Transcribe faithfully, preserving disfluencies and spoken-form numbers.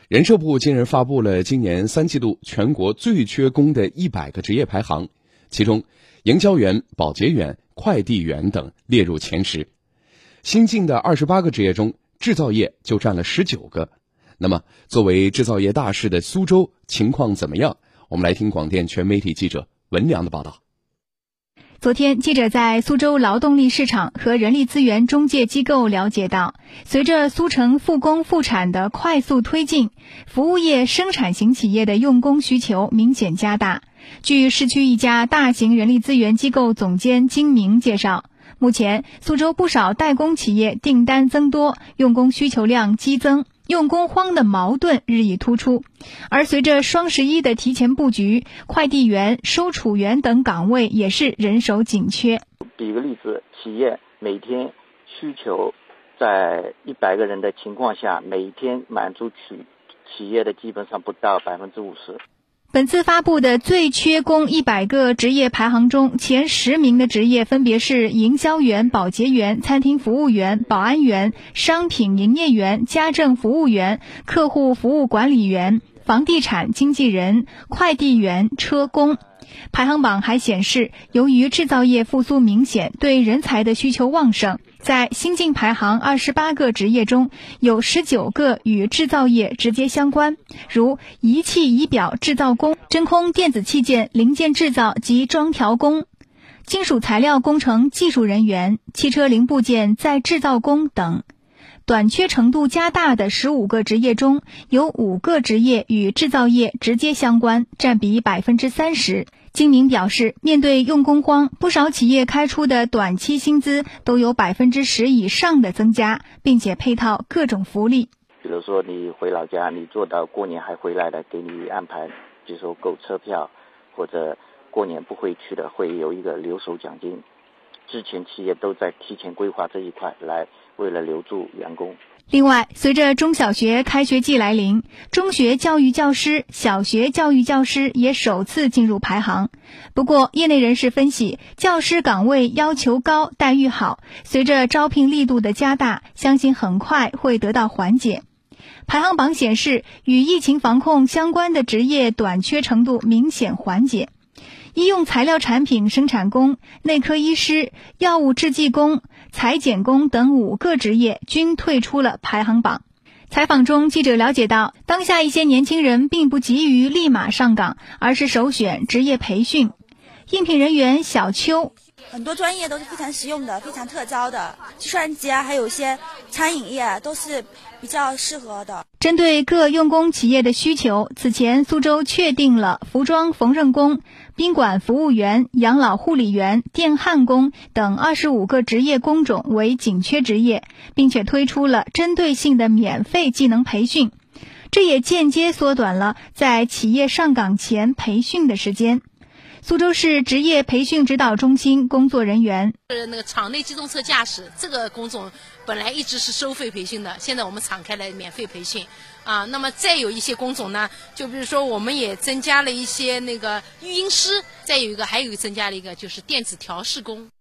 人社部近日发布了今年三季度全国最缺工的一百个职业排行，其中营销员、保洁员、快递员等列入前十。新进的二十八个职业中，制造业就占了十九个。那么，作为制造业大市的苏州情况怎么样？我们来听广电全媒体记者文良的报道。 昨天，记者在苏州劳动力市场和人力资源中介机构了解到，随着苏城复工复产的快速推进，服务业生产型企业的用工需求明显加大。据市区一家大型人力资源机构总监金明介绍，目前苏州不少代工企业订单增多，用工需求量激增，用工荒的矛盾日益突出。而随着双十一的提前布局，快递员、收储员等岗位也是人手紧缺。 举个例子，企业每天需求在一百个人的情况下，每天满足企企业的基本上不到百分之五十。 本次发布的最缺工一百个职业排行中，前十名的职业分别是营销员、保洁员、餐厅服务员、保安员、商品营业员、家政服务员、客户服务管理员、房地产经纪人、快递员、车工。排行榜还显示，由于制造业复苏明显，对人才的需求旺盛，在新进排行二十八个职业中，有十九个与制造业直接相关，如仪器仪表制造工、真空电子器件零件制造及装调工、金属材料工程技术人员、汽车零部件再制造工等。短缺程度加大的十五个职业中，有五个职业与制造业直接相关，占比百分之三十。金明表示，面对用工荒，不少企业开出的短期薪资都有百分之十以上的增加，并且配套各种福利。 比如说你回老家，你做到过年还回来的，给你安排，比如说购车票，或者过年不回去的，会有一个留守奖金。之前企业都在提前规划这一块，来为了留住员工。 另外，随着中小学开学季来临，中学教育教师、小学教育教师也首次进入排行。不过，业内人士分析，教师岗位要求高，待遇好，随着招聘力度的加大，相信很快会得到缓解。排行榜显示，与疫情防控相关的职业短缺程度明显缓解。医用材料产品生产工、内科医师、药物制剂工、裁剪工等五个职业均退出了排行榜。采访中，记者了解到，当下一些年轻人并不急于立马上岗，而是首选职业培训。应聘人员小邱， 很多专业都是非常实用的，非常特招的，计算机啊，还有一些餐饮业啊，都是比较适合的。 针对各用工企业的需求，此前苏州确定了服装缝纫工、宾馆服务员、养老护理员、电焊工等二十五个职业工种为紧缺职业，并且推出了针对性的免费技能培训，这也间接缩短了在企业上岗前培训的时间。苏州市职业培训指导中心工作人员， 那个场内机动车驾驶这个工种本来一直是收费培训的，现在我们敞开了免费培训啊。那么再有一些工种呢，就比如说我们也增加了一些那个育婴师，再有一个还有增加了一个就是电子调试工。